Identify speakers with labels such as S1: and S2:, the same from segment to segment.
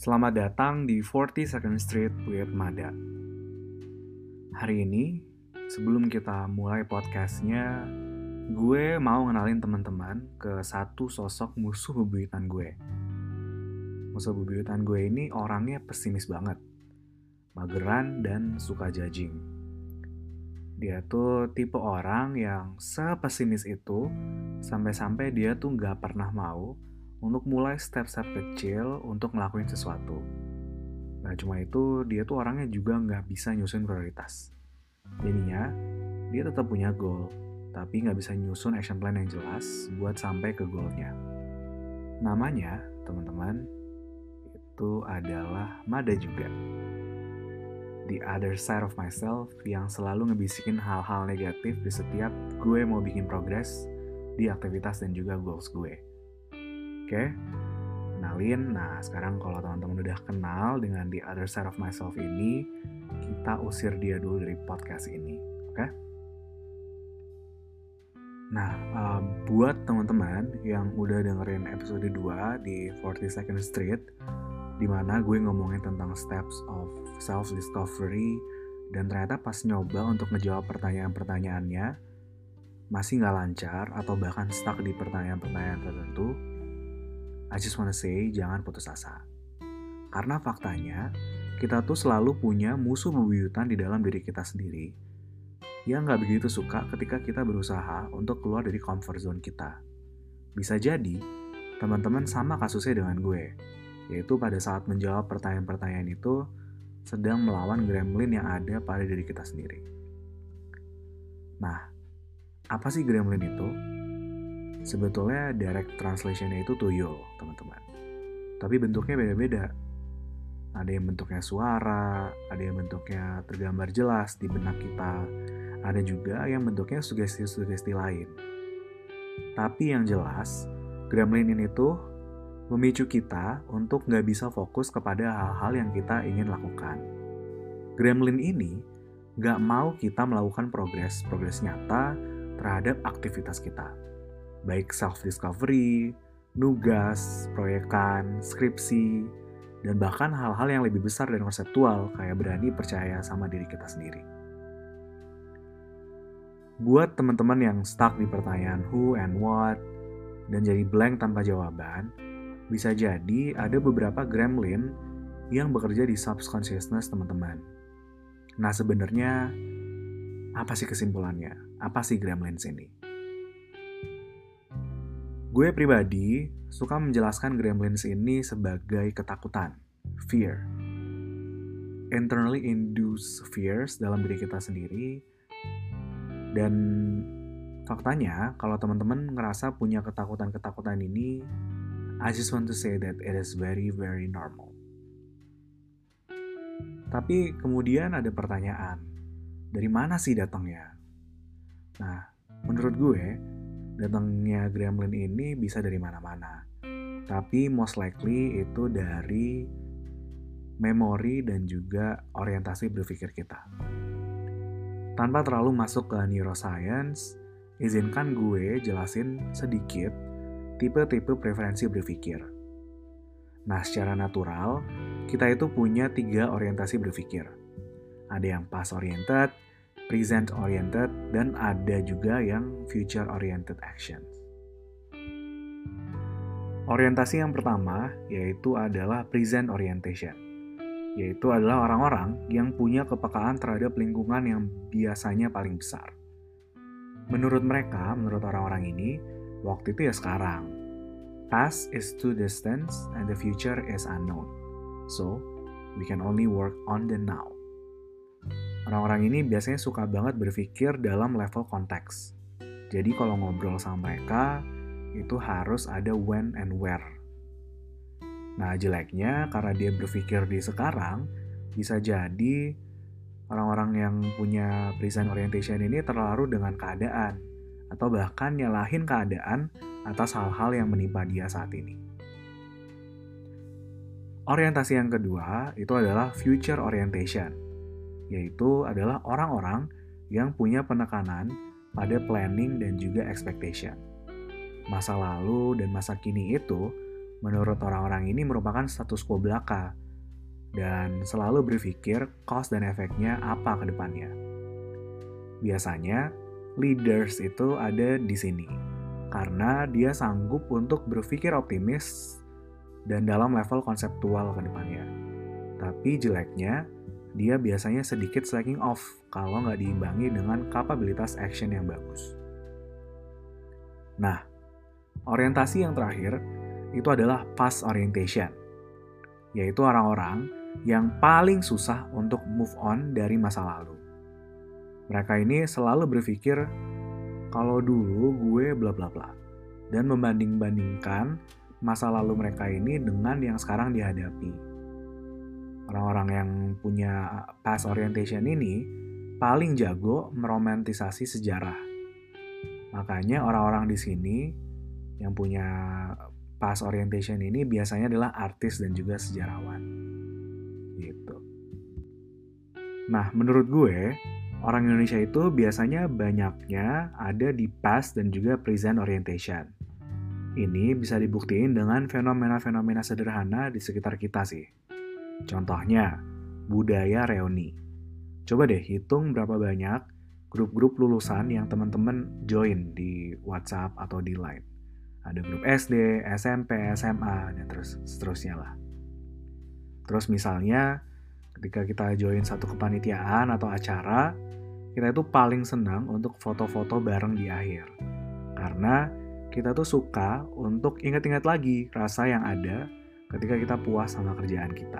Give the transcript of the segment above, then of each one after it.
S1: Selamat datang di 42nd Street with Mada. Hari ini, sebelum kita mulai podcastnya, gue mau ngenalin teman-teman ke satu sosok musuh bebuyutan gue. Musuh bebuyutan gue ini orangnya pesimis banget, mageran dan suka judging. Dia tuh tipe orang yang sepesimis itu, sampai-sampai dia tuh gak pernah mau untuk mulai step-step kecil untuk ngelakuin sesuatu. Gak cuma itu, dia tuh orangnya juga gak bisa nyusun prioritas. Jadinya, dia tetap punya goal, tapi gak bisa nyusun action plan yang jelas buat sampai ke goalnya. Namanya, teman-teman, itu adalah Mada juga. The other side of myself yang selalu ngebisikin hal-hal negatif di setiap gue mau bikin progress di aktivitas dan juga goals gue. Oke, kenalin. Nah, sekarang kalau teman-teman udah kenal dengan the other side of myself ini, kita usir dia dulu dari podcast ini, oke? Nah, buat teman-teman yang udah dengerin episode 2 di 42nd Street, di mana gue ngomongin tentang steps of self-discovery, dan ternyata pas nyoba untuk ngejawab pertanyaan-pertanyaannya, masih nggak lancar atau bahkan stuck di pertanyaan-pertanyaan tertentu, I just wanna say, jangan putus asa. Karena faktanya, kita tuh selalu punya musuh bebuyutan di dalam diri kita sendiri yang nggak begitu suka ketika kita berusaha untuk keluar dari comfort zone kita. Bisa jadi, teman-teman sama kasusnya dengan gue, yaitu pada saat menjawab pertanyaan-pertanyaan itu, sedang melawan gremlin yang ada pada diri kita sendiri. Nah, apa sih gremlin itu? Sebetulnya direct translation-nya itu tuyul, teman-teman. Tapi bentuknya beda-beda. Ada yang bentuknya suara, ada yang bentuknya tergambar jelas di benak kita, ada juga yang bentuknya sugesti-sugesti lain. Tapi yang jelas, gremlin ini tuh memicu kita untuk nggak bisa fokus kepada hal-hal yang kita ingin lakukan. Gremlin ini nggak mau kita melakukan progres nyata terhadap aktivitas kita. Baik self-discovery, nugas, proyekan, skripsi, dan bahkan hal-hal yang lebih besar dan konseptual kayak berani percaya sama diri kita sendiri. Buat teman-teman yang stuck di pertanyaan who and what, dan jadi blank tanpa jawaban, bisa jadi ada beberapa gremlin yang bekerja di subconsciousness teman-teman. Nah, sebenarnya apa sih kesimpulannya? Apa sih gremlins ini? Gue pribadi suka menjelaskan gremlins ini sebagai ketakutan, fear. Internally induced fears dalam diri kita sendiri. Dan faktanya, kalau teman-teman ngerasa punya ketakutan-ketakutan ini, I just want to say that it is very, very normal. Tapi kemudian ada pertanyaan, dari mana sih datangnya? Nah, menurut gue, datangnya gremlin ini bisa dari mana-mana. Tapi most likely itu dari memori dan juga orientasi berpikir kita. Tanpa terlalu masuk ke neuroscience, izinkan gue jelasin sedikit tipe-tipe preferensi berpikir. Nah, secara natural, kita itu punya 3 orientasi berpikir. Ada yang past-oriented, present-oriented, dan ada juga yang future-oriented actions. Orientasi yang pertama yaitu adalah present orientation, yaitu adalah orang-orang yang punya kepekaan terhadap lingkungan yang biasanya paling besar. Menurut mereka, menurut orang-orang ini, waktu itu ya sekarang. Past is too distant and the future is unknown. So, we can only work on the now. Orang-orang ini biasanya suka banget berpikir dalam level konteks. Jadi kalau ngobrol sama mereka, itu harus ada when and where. Nah, jeleknya karena dia berpikir di sekarang, bisa jadi orang-orang yang punya present orientation ini terlalu dengan keadaan, atau bahkan nyalahin keadaan atas hal-hal yang menimpa dia saat ini. Orientasi yang kedua itu adalah future orientation, yaitu adalah orang-orang yang punya penekanan pada planning dan juga expectation. Masa lalu dan masa kini itu menurut orang-orang ini merupakan status quo belaka dan selalu berpikir cost dan efeknya apa ke depannya. Biasanya, leaders itu ada di sini karena dia sanggup untuk berpikir optimis dan dalam level konseptual ke depannya. Tapi jeleknya, dia biasanya sedikit slacking off kalau nggak diimbangi dengan kapabilitas action yang bagus. Nah, orientasi yang terakhir itu adalah past orientation, yaitu orang-orang yang paling susah untuk move on dari masa lalu. Mereka ini selalu berpikir, kalau dulu gue bla bla bla, dan membanding-bandingkan masa lalu mereka ini dengan yang sekarang dihadapi. Orang-orang yang punya past orientation ini paling jago meromantisasi sejarah. Makanya orang-orang di sini yang punya past orientation ini biasanya adalah artis dan juga sejarawan. Gitu. Nah, menurut gue, orang Indonesia itu biasanya banyaknya ada di past dan juga present orientation. Ini bisa dibuktiin dengan fenomena-fenomena sederhana di sekitar kita sih. Contohnya, budaya reuni. Coba deh hitung berapa banyak grup-grup lulusan yang teman-teman join di WhatsApp atau di Line. Ada grup SD, SMP, SMA, dan terus seterusnya lah. Terus misalnya, ketika kita join satu kepanitiaan atau acara, kita itu paling senang untuk foto-foto bareng di akhir. Karena kita tuh suka untuk ingat-ingat lagi rasa yang ada ketika kita puas sama kerjaan kita.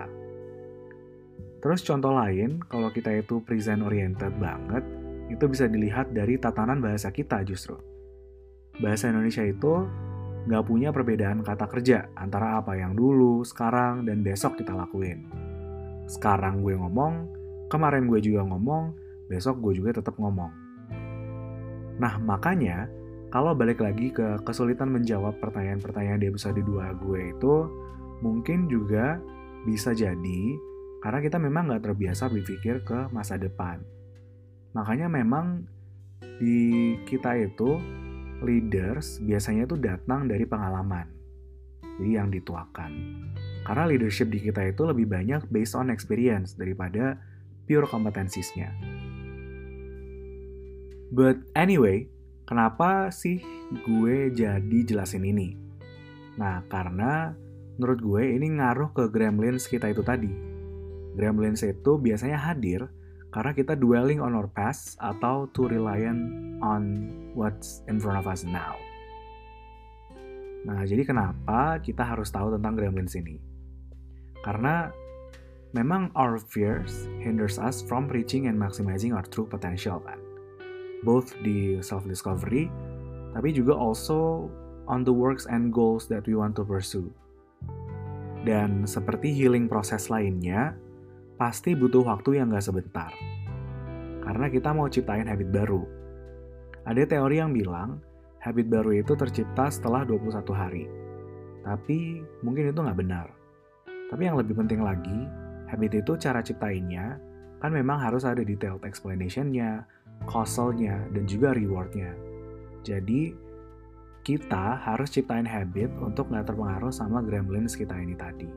S1: Terus contoh lain, kalau kita itu present oriented banget, itu bisa dilihat dari tatanan bahasa kita justru. Bahasa Indonesia itu nggak punya perbedaan kata kerja antara apa yang dulu, sekarang, dan besok kita lakuin. Sekarang gue ngomong, kemarin gue juga ngomong, besok gue juga tetap ngomong. Nah, makanya kalau balik lagi ke kesulitan menjawab pertanyaan-pertanyaan di episode 2 gue itu, mungkin juga bisa jadi karena kita memang nggak terbiasa berpikir ke masa depan. Makanya memang di kita itu, leaders biasanya itu datang dari pengalaman. Jadi yang dituakan. Karena leadership di kita itu lebih banyak based on experience daripada pure kompetensisnya. But anyway, kenapa sih gue jadi jelasin ini? Nah, karena menurut gue ini ngaruh ke gremlins kita itu tadi. Gremlins itu biasanya hadir karena kita dwelling on our past atau too reliant on what's in front of us now. Nah, jadi kenapa kita harus tahu tentang gremlins ini? Karena memang our fears hinders us from reaching and maximizing our true potential kan. Both di self-discovery, tapi juga also on the works and goals that we want to pursue. Dan seperti healing proses lainnya, pasti butuh waktu yang gak sebentar. Karena kita mau ciptain habit baru. Ada teori yang bilang, habit baru itu tercipta setelah 21 hari. Tapi mungkin itu gak benar. Tapi yang lebih penting lagi, habit itu cara ciptainnya, kan memang harus ada detailed explanation-nya, causal-nya, dan juga reward-nya. Jadi, kita harus ciptain habit untuk gak terpengaruh sama gremlins kita ini tadi.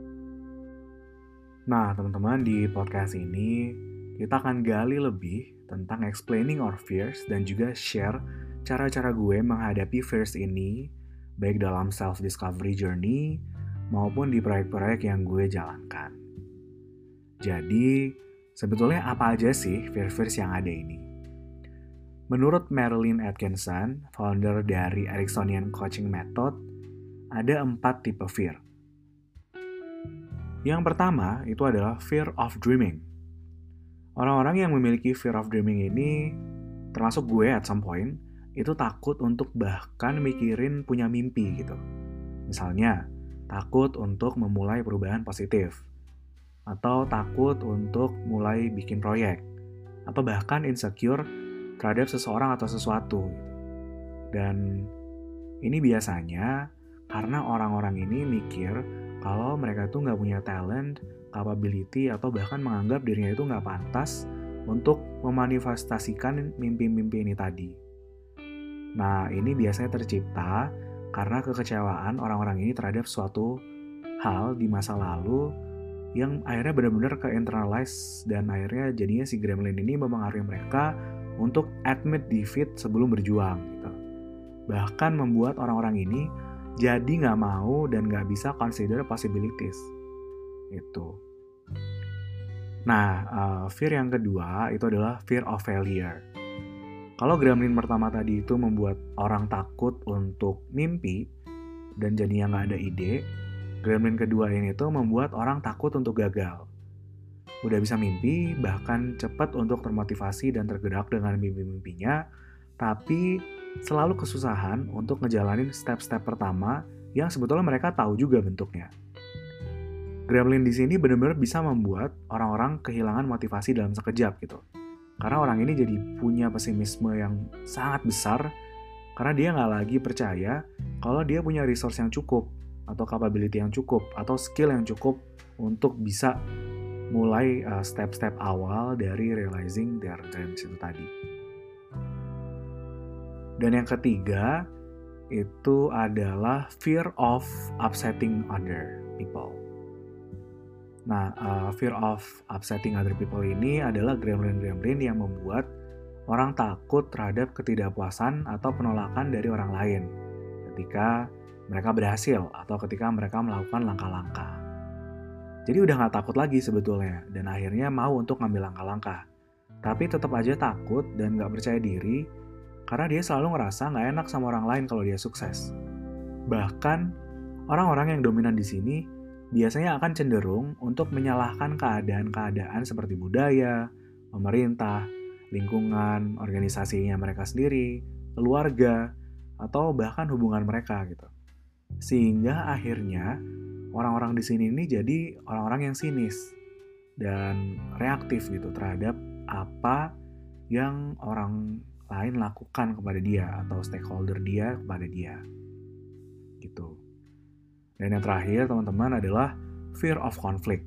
S1: Nah, teman-teman, di podcast ini kita akan gali lebih tentang explaining our fears dan juga share cara-cara gue menghadapi fears ini baik dalam self-discovery journey maupun di proyek-proyek yang gue jalankan. Jadi, sebetulnya apa aja sih fear-fears yang ada ini? Menurut Marilyn Atkinson, founder dari Ericksonian Coaching Method, ada 4 tipe fear. Yang pertama itu adalah fear of dreaming. Orang-orang yang memiliki fear of dreaming ini, termasuk gue at some point, itu takut untuk bahkan mikirin punya mimpi gitu. Misalnya, takut untuk memulai perubahan positif, atau takut untuk mulai bikin proyek, atau bahkan insecure terhadap seseorang atau sesuatu. Dan ini biasanya karena orang-orang ini mikir kalau mereka tuh nggak punya talent, capability, atau bahkan menganggap dirinya itu nggak pantas untuk memanifestasikan mimpi-mimpi ini tadi. Nah, ini biasanya tercipta karena kekecewaan orang-orang ini terhadap suatu hal di masa lalu yang akhirnya benar-benar ke-internalize dan akhirnya jadinya si gremlin ini mempengaruhi mereka untuk admit defeat sebelum berjuang gitu. Bahkan membuat orang-orang ini jadi nggak mau dan nggak bisa consider possibilities itu. Nah, fear yang kedua itu adalah fear of failure. Kalau gremlin pertama tadi itu membuat orang takut untuk mimpi dan jadinya nggak ada ide, gremlin kedua ini tuh membuat orang takut untuk gagal. Udah bisa mimpi, bahkan cepat untuk termotivasi dan tergerak dengan mimpi-mimpinya, tapi selalu kesusahan untuk ngejalanin step-step pertama yang sebetulnya mereka tahu juga bentuknya. Gremlin di sini benar-benar bisa membuat orang-orang kehilangan motivasi dalam sekejap gitu. Karena orang ini jadi punya pesimisme yang sangat besar karena dia nggak lagi percaya kalau dia punya resource yang cukup atau capability yang cukup atau skill yang cukup untuk bisa mulai step-step awal dari realizing their dreams itu tadi. Dan yang ketiga itu adalah fear of upsetting other people. Nah, fear of upsetting other people ini adalah gremlin-gremlin yang membuat orang takut terhadap ketidakpuasan atau penolakan dari orang lain ketika mereka berhasil atau ketika mereka melakukan langkah-langkah. Jadi udah gak takut lagi sebetulnya dan akhirnya mau untuk ngambil langkah-langkah. Tapi tetap aja takut dan gak percaya diri karena dia selalu ngerasa gak enak sama orang lain kalau dia sukses. Bahkan orang-orang yang dominan di sini biasanya akan cenderung untuk menyalahkan keadaan-keadaan seperti budaya, pemerintah, lingkungan, organisasinya mereka sendiri, keluarga, atau bahkan hubungan mereka gitu. Sehingga akhirnya orang-orang di sini ini jadi orang-orang yang sinis dan reaktif gitu terhadap apa yang orang lain lakukan kepada dia atau stakeholder dia kepada dia. Gitu. Dan yang terakhir teman-teman adalah fear of conflict.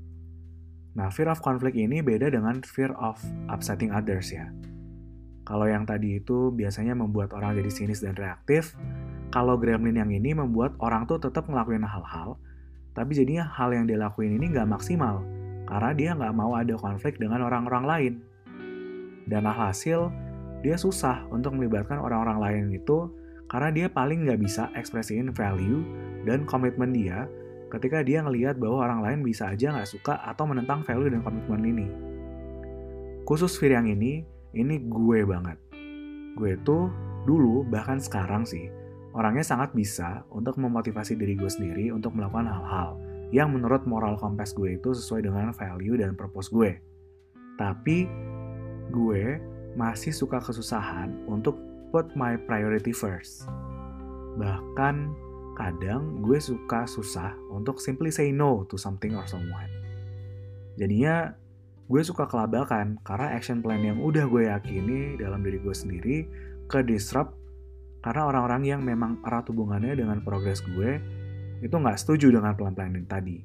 S1: Nah, fear of conflict ini beda dengan fear of upsetting others ya. Kalau yang tadi itu biasanya membuat orang jadi sinis dan reaktif, kalau gremlin yang ini membuat orang tuh tetap ngelakuin hal-hal, tapi jadinya hal yang dia lakuin ini nggak maksimal, karena dia nggak mau ada konflik dengan orang-orang lain. Dan alhasil, dia susah untuk melibatkan orang-orang lain itu karena dia paling nggak bisa ekspresiin value dan komitmen dia ketika dia ngelihat bahwa orang lain bisa aja nggak suka atau menentang value dan komitmen ini. Khusus fear yang ini gue banget. Gue tuh dulu, bahkan sekarang sih, orangnya sangat bisa untuk memotivasi diri gue sendiri untuk melakukan hal-hal yang menurut moral compass gue itu sesuai dengan value dan purpose gue. Tapi gue masih suka kesusahan untuk put my priority first. Bahkan kadang gue suka susah untuk simply say no to something or someone. Jadinya gue suka kelabakan karena action plan yang udah gue yakini dalam diri gue sendiri ke-disrupt karena orang-orang yang memang erat hubungannya dengan progres gue itu nggak setuju dengan plan-plan ini tadi.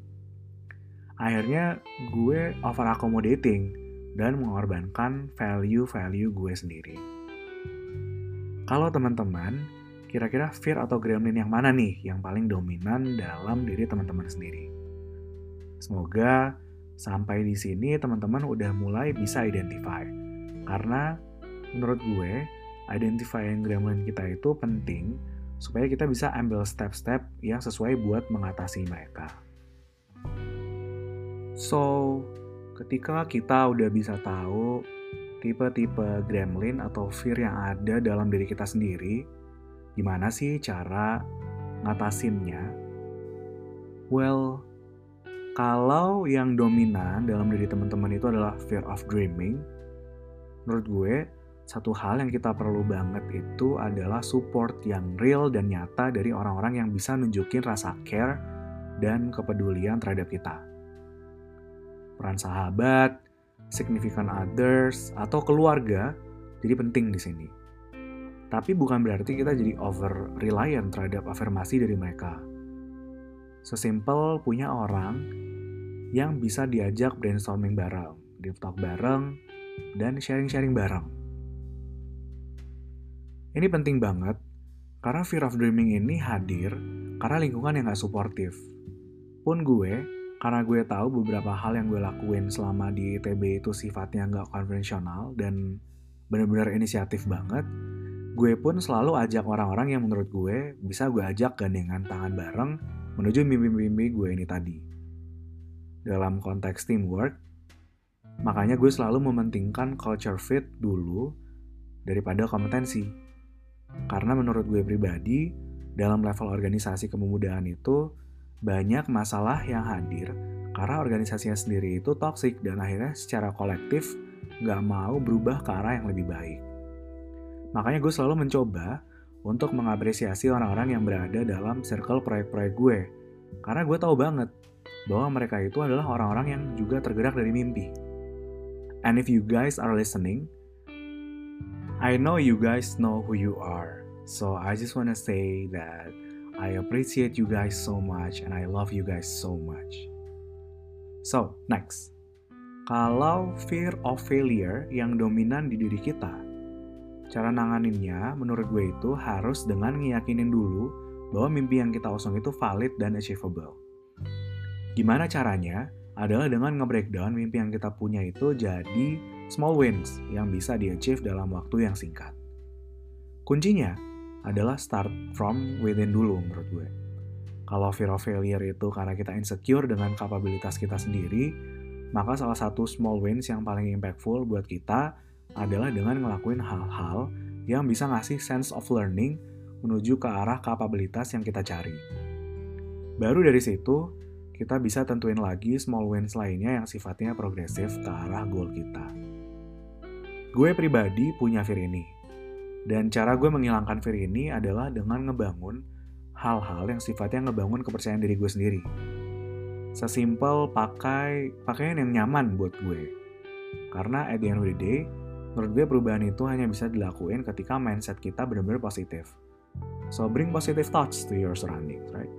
S1: Akhirnya gue over accommodating dan mengorbankan value-value gue sendiri. Kalau teman-teman, kira-kira fear atau gremlin yang mana nih yang paling dominan dalam diri teman-teman sendiri? Semoga sampai di sini teman-teman udah mulai bisa identify. Karena menurut gue, identifying gremlin kita itu penting supaya kita bisa ambil step-step yang sesuai buat mengatasi mereka. So, ketika kita udah bisa tahu tipe-tipe gremlin atau fear yang ada dalam diri kita sendiri, gimana sih cara ngatasinnya? Well, kalau yang dominan dalam diri teman-teman itu adalah fear of dreaming, menurut gue, satu hal yang kita perlu banget itu adalah support yang real dan nyata dari orang-orang yang bisa nunjukin rasa care dan kepedulian terhadap kita. Peran sahabat, significant others, atau keluarga jadi penting di sini. Tapi bukan berarti kita jadi over reliant terhadap afirmasi dari mereka. Sesimpel punya orang yang bisa diajak brainstorming bareng, deep talk bareng, dan sharing-sharing bareng. Ini penting banget Karena fear of dreaming ini hadir karena lingkungan yang gak suportif. Pun gue, karena gue tahu beberapa hal yang gue lakuin selama di ITB itu sifatnya gak konvensional dan benar-benar inisiatif banget, gue pun selalu ajak orang-orang yang menurut gue bisa gue ajak gandengan tangan bareng menuju mimpi-mimpi gue ini tadi. Dalam konteks teamwork, makanya gue selalu mementingkan culture fit dulu daripada kompetensi. Karena menurut gue pribadi, dalam level organisasi kepemudaan itu, banyak masalah yang hadir karena organisasinya sendiri itu toksik dan akhirnya secara kolektif gak mau berubah ke arah yang lebih baik. Makanya gue selalu mencoba untuk mengapresiasi orang-orang yang berada dalam circle proyek-proyek gue. Karena gue tahu banget bahwa mereka itu adalah orang-orang yang juga tergerak dari mimpi. And if you guys are listening, I know you guys know who you are. So I just want to say that I appreciate you guys so much and I love you guys so much. So, next. Kalau fear of failure yang dominan di diri kita, cara nanganinnya menurut gue itu harus dengan ngeyakinin dulu bahwa mimpi yang kita usung itu valid dan achievable. Gimana caranya? Adalah dengan nge-breakdown mimpi yang kita punya itu jadi small wins yang bisa di-achieve dalam waktu yang singkat. Kuncinya adalah start from within dulu menurut gue. Kalau fear of failure itu karena kita insecure dengan kapabilitas kita sendiri, maka salah satu small wins yang paling impactful buat kita adalah dengan ngelakuin hal-hal yang bisa ngasih sense of learning menuju ke arah kapabilitas yang kita cari. Baru dari situ, kita bisa tentuin lagi small wins lainnya yang sifatnya progresif ke arah goal kita. Gue pribadi punya fear ini. Dan cara gue menghilangkan fear ini adalah dengan ngebangun hal-hal yang sifatnya ngebangun kepercayaan diri gue sendiri. Sesimpel pakai pakaian yang nyaman buat gue. Karena at the end of the day, menurut gue perubahan itu hanya bisa dilakuin ketika mindset kita benar-benar positif. So bring positive thoughts to your surroundings, right?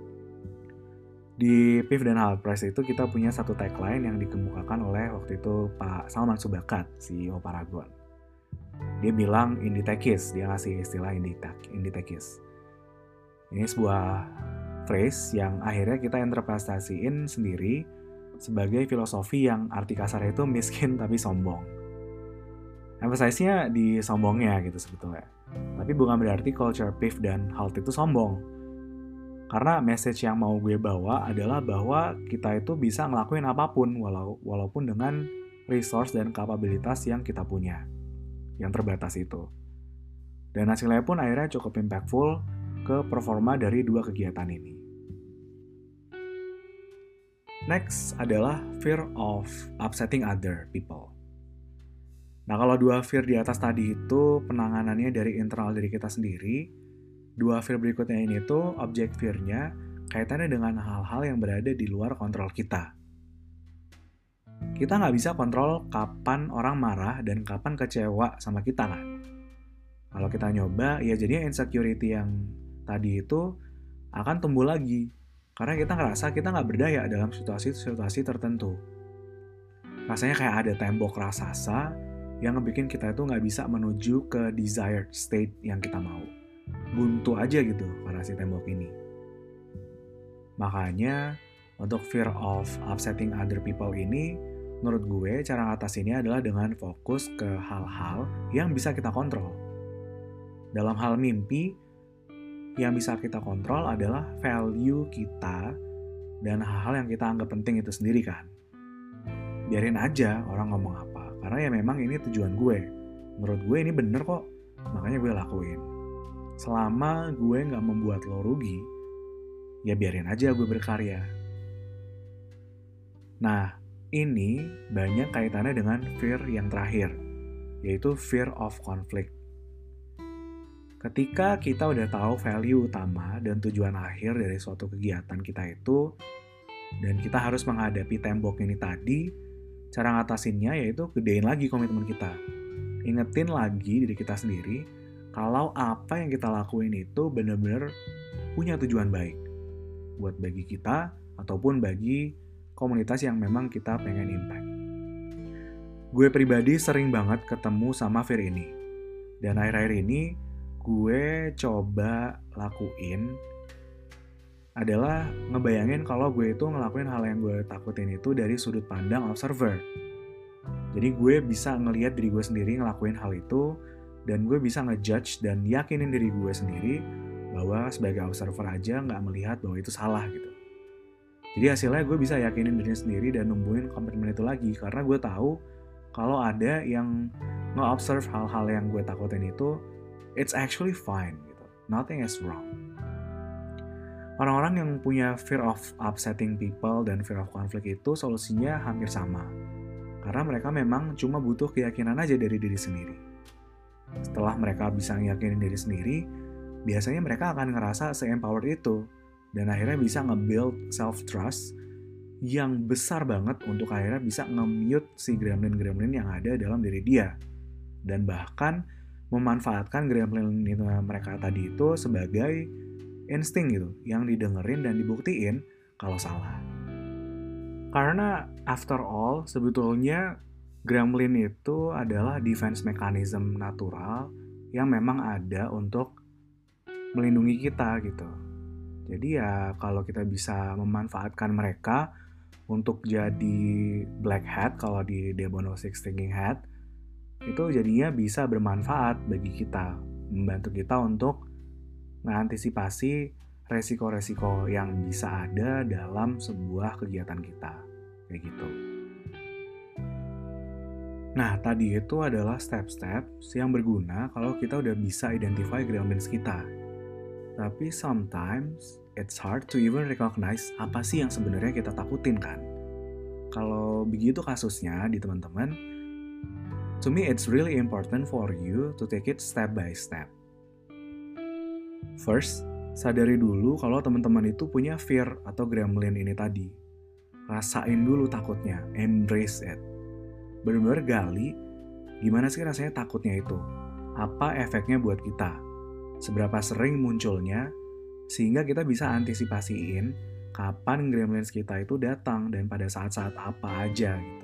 S1: Di PIF dan Halpres itu kita punya satu tagline yang dikemukakan oleh waktu itu Pak Salman Subakat, CEO Paragon. Dia bilang Inditex, dia ngasih istilah Inditex. Ini sebuah phrase yang akhirnya kita interpretasiin sendiri sebagai filosofi yang arti kasarnya itu miskin tapi sombong. Emphasize-nya di sombongnya gitu sebetulnya. Tapi bukan berarti culture PIF dan HALT itu sombong. Karena message yang mau gue bawa adalah bahwa kita itu bisa ngelakuin apapun walaupun dengan resource dan kapabilitas yang kita punya, yang terbatas itu. Dan hasilnya pun akhirnya cukup impactful ke performa dari dua kegiatan ini. Next adalah fear of upsetting other people. Nah, kalau dua fear di atas tadi itu penanganannya dari internal diri kita sendiri, dua fear berikutnya ini tuh objek fear-nya kaitannya dengan hal-hal yang berada di luar kontrol kita. Kita nggak bisa kontrol kapan orang marah dan kapan kecewa sama kita kan. Kalau kita nyoba, ya jadinya insecurity yang tadi itu akan tumbuh lagi. Karena kita ngerasa kita nggak berdaya dalam situasi-situasi tertentu. Rasanya kayak ada tembok raksasa yang ngebikin kita itu nggak bisa menuju ke desired state yang kita mau. Buntu aja gitu karena si tembok ini. Makanya untuk fear of upsetting other people ini, menurut gue cara ngatasinnya adalah dengan fokus ke hal-hal yang bisa kita kontrol. Dalam hal mimpi, yang bisa kita kontrol adalah value kita dan hal-hal yang kita anggap penting itu sendiri kan. Biarin aja orang ngomong apa, karena ya memang ini tujuan gue. Menurut gue ini bener kok, makanya gue lakuin. Selama gue gak membuat lo rugi, ya biarin aja gue berkarya. Nah, ini banyak kaitannya dengan fear yang terakhir, yaitu fear of conflict. Ketika kita udah tahu value utama dan tujuan akhir dari suatu kegiatan kita itu, dan kita harus menghadapi tembok ini tadi, cara ngatasinnya yaitu gedein lagi komitmen kita. Ingetin lagi diri kita sendiri, kalau apa yang kita lakuin itu benar-benar punya tujuan baik buat bagi kita ataupun bagi komunitas yang memang kita pengen impact. Gue pribadi sering banget ketemu sama fear ini. Dan akhir-akhir ini gue coba lakuin adalah ngebayangin kalau gue itu ngelakuin hal yang gue takutin itu dari sudut pandang observer. Jadi gue bisa ngelihat diri gue sendiri ngelakuin hal itu, dan gue bisa ngejudge dan yakinin diri gue sendiri bahwa sebagai observer aja nggak melihat bahwa itu salah gitu. Jadi hasilnya gue bisa yakinin diri sendiri dan numbuhin komitmen itu lagi, karena gue tahu kalau ada yang nge-observe hal-hal yang gue takutin itu, it's actually fine gitu. Nothing is wrong. Orang-orang yang punya fear of upsetting people dan fear of conflict itu solusinya hampir sama. Karena mereka memang cuma butuh keyakinan aja dari diri sendiri. Setelah mereka bisa ngeyakinin diri sendiri, biasanya mereka akan ngerasa se-empowered itu. Dan akhirnya bisa nge-build self-trust yang besar banget untuk akhirnya bisa nge-mute si gremlin-gremlin yang ada dalam diri dia. Dan bahkan memanfaatkan gremlin mereka tadi itu sebagai insting gitu, yang didengerin dan dibuktiin kalau salah. Karena after all, sebetulnya gremlin itu adalah defense mechanism natural yang memang ada untuk melindungi kita gitu. Jadi ya kalau kita bisa memanfaatkan mereka untuk jadi black hat kalau di Demon 06 Thinking Hat, itu jadinya bisa bermanfaat bagi kita, membantu kita untuk mengantisipasi resiko-resiko yang bisa ada dalam sebuah kegiatan kita. Kayak gitu. Nah, tadi itu adalah step-step yang berguna kalau kita udah bisa identify gremlins kita. Tapi sometimes it's hard to even recognize apa sih yang sebenarnya kita takutin kan. Kalau begitu kasusnya di teman-teman, to me it's really important for you to take it step by step. First, sadari dulu kalau teman-teman itu punya fear atau gremlin ini tadi. Rasain dulu takutnya, embrace it. Benar-benar gali, gimana sih rasanya takutnya itu? Apa efeknya buat kita? Seberapa sering munculnya, sehingga kita bisa antisipasiin kapan gremlins kita itu datang dan pada saat-saat apa aja gitu.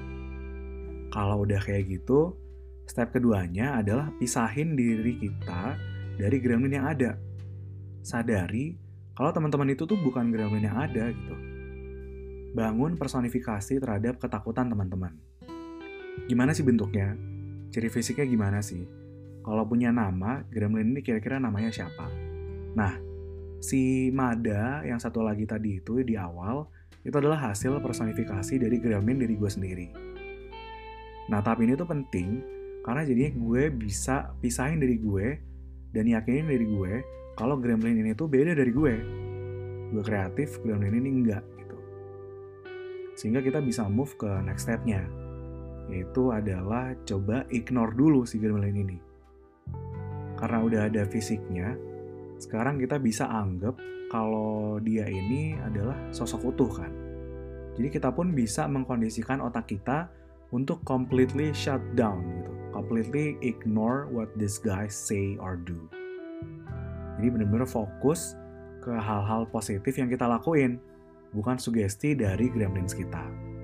S1: Kalau udah kayak gitu, step keduanya adalah pisahin diri kita dari gremlin yang ada. Sadari kalau teman-teman itu tuh bukan gremlin yang ada gitu. Bangun personifikasi terhadap ketakutan teman-teman. Gimana sih bentuknya? Ciri fisiknya gimana sih? Kalau punya nama, gremlin ini kira-kira namanya siapa? Nah, si Mada yang satu lagi tadi itu di awal, itu adalah hasil personifikasi dari gremlin diri gue sendiri. Nah, tahap ini tuh penting, karena jadinya gue bisa pisahin dari gue, dan yakinin dari gue, kalau gremlin ini tuh beda dari gue. Gue kreatif, gremlin ini enggak, gitu. Sehingga kita bisa move ke next step-nya, yaitu adalah coba ignore dulu si gremlin ini. Karena udah ada fisiknya, sekarang kita bisa anggap kalau dia ini adalah sosok utuh kan. Jadi kita pun bisa mengkondisikan otak kita untuk completely shut down gitu. Completely ignore what this guy say or do. Jadi benar-benar fokus ke hal-hal positif yang kita lakuin, bukan sugesti dari gremlins kita.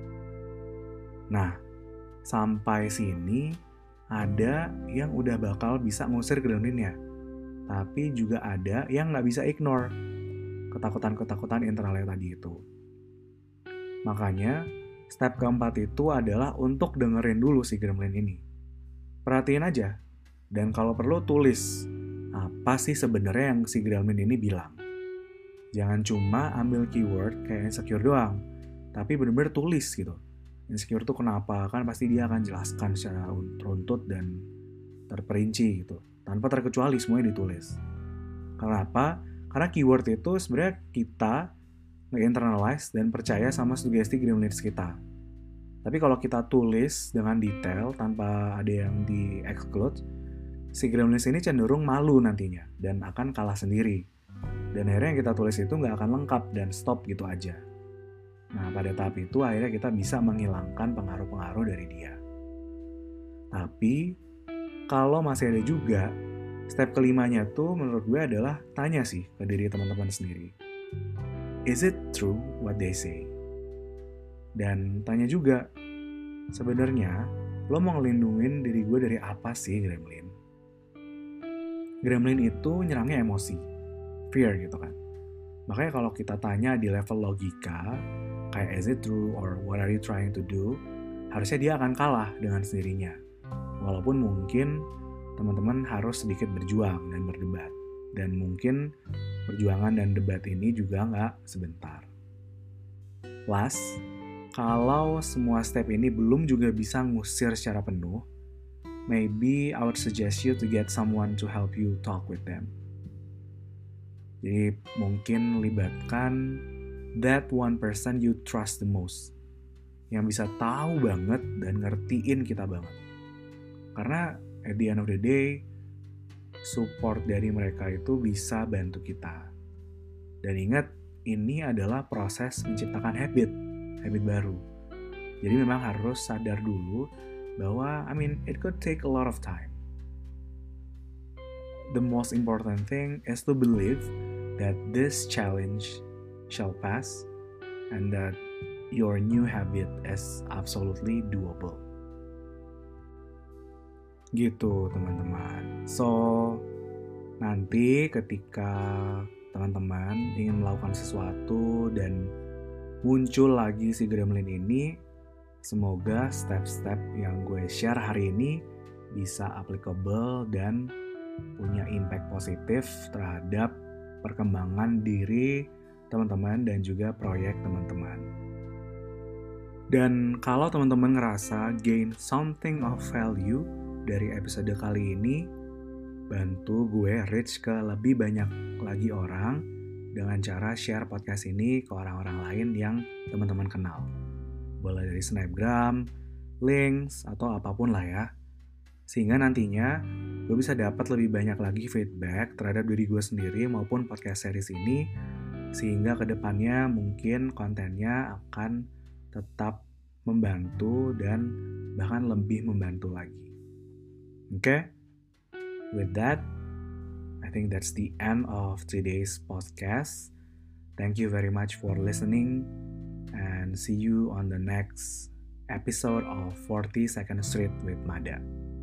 S1: Nah, sampai sini ada yang udah bakal bisa ngusir gremlinnya, tapi juga ada yang nggak bisa ignore ketakutan-ketakutan internalnya tadi itu. Makanya, step keempat itu adalah untuk dengerin dulu si gremlin ini. Perhatiin aja, dan kalau perlu tulis apa sih sebenarnya yang si gremlin ini bilang. Jangan cuma ambil keyword kayak insecure doang, tapi bener-bener tulis gitu. Insecure tuh kenapa, kan pasti dia akan jelaskan secara runtut dan terperinci gitu, tanpa terkecuali semuanya ditulis. Kenapa? Karena keyword itu sebenarnya kita nge-internalize dan percaya sama sugesti gremlins kita. Tapi kalau kita tulis dengan detail tanpa ada yang di-exclude, si gremlins ini cenderung malu nantinya dan akan kalah sendiri. Dan akhirnya yang kita tulis itu nggak akan lengkap dan stop gitu aja. Nah, pada tahap itu akhirnya kita bisa menghilangkan pengaruh-pengaruh dari dia. Tapi, kalau masih ada juga, step kelimanya tuh menurut gue adalah tanya sih ke diri teman-teman sendiri. Is it true what they say? Dan tanya juga, sebenarnya lo mau ngelindungin diri gue dari apa sih gremlin? gremlin itu nyerangnya emosi, fear gitu kan. Makanya kalau kita tanya di level logika, kayak is it true or what are you trying to do, harusnya dia akan kalah dengan sendirinya. Walaupun mungkin teman-teman harus sedikit berjuang dan berdebat. Dan mungkin perjuangan dan debat ini juga nggak sebentar. Last, kalau semua step ini belum juga bisa ngusir secara penuh, maybe I would suggest you to get someone to help you talk with them. Jadi mungkin libatkan that one person you trust the most, yang bisa tahu banget dan ngertiin kita banget. Karena at the end of the day, support dari mereka itu bisa bantu kita. Dan ingat, ini adalah proses menciptakan habit baru. Jadi memang harus sadar dulu bahwa, it could take a lot of time. The most important thing is to believe that this challenge shall pass and that your new habit is absolutely doable. Gitu teman-teman. So, nanti ketika teman-teman ingin melakukan sesuatu dan muncul lagi si gremlin ini, semoga step-step yang gue share hari ini bisa applicable dan punya impact positif terhadap perkembangan diri teman-teman dan juga proyek teman-teman. Dan kalau teman-teman ngerasa gain something of value dari episode kali ini, bantu gue reach ke lebih banyak lagi orang dengan cara share podcast ini ke orang-orang lain yang teman-teman kenal. Boleh dari Snapgram, links, atau apapun lah ya. Sehingga nantinya gue bisa dapat lebih banyak lagi feedback terhadap diri gue sendiri maupun podcast series ini, sehingga kedepannya mungkin kontennya akan tetap membantu dan bahkan lebih membantu lagi. Okay? With that, I think that's the end of today's podcast. Thank you very much for listening and see you on the next episode of 42nd Street with Mada.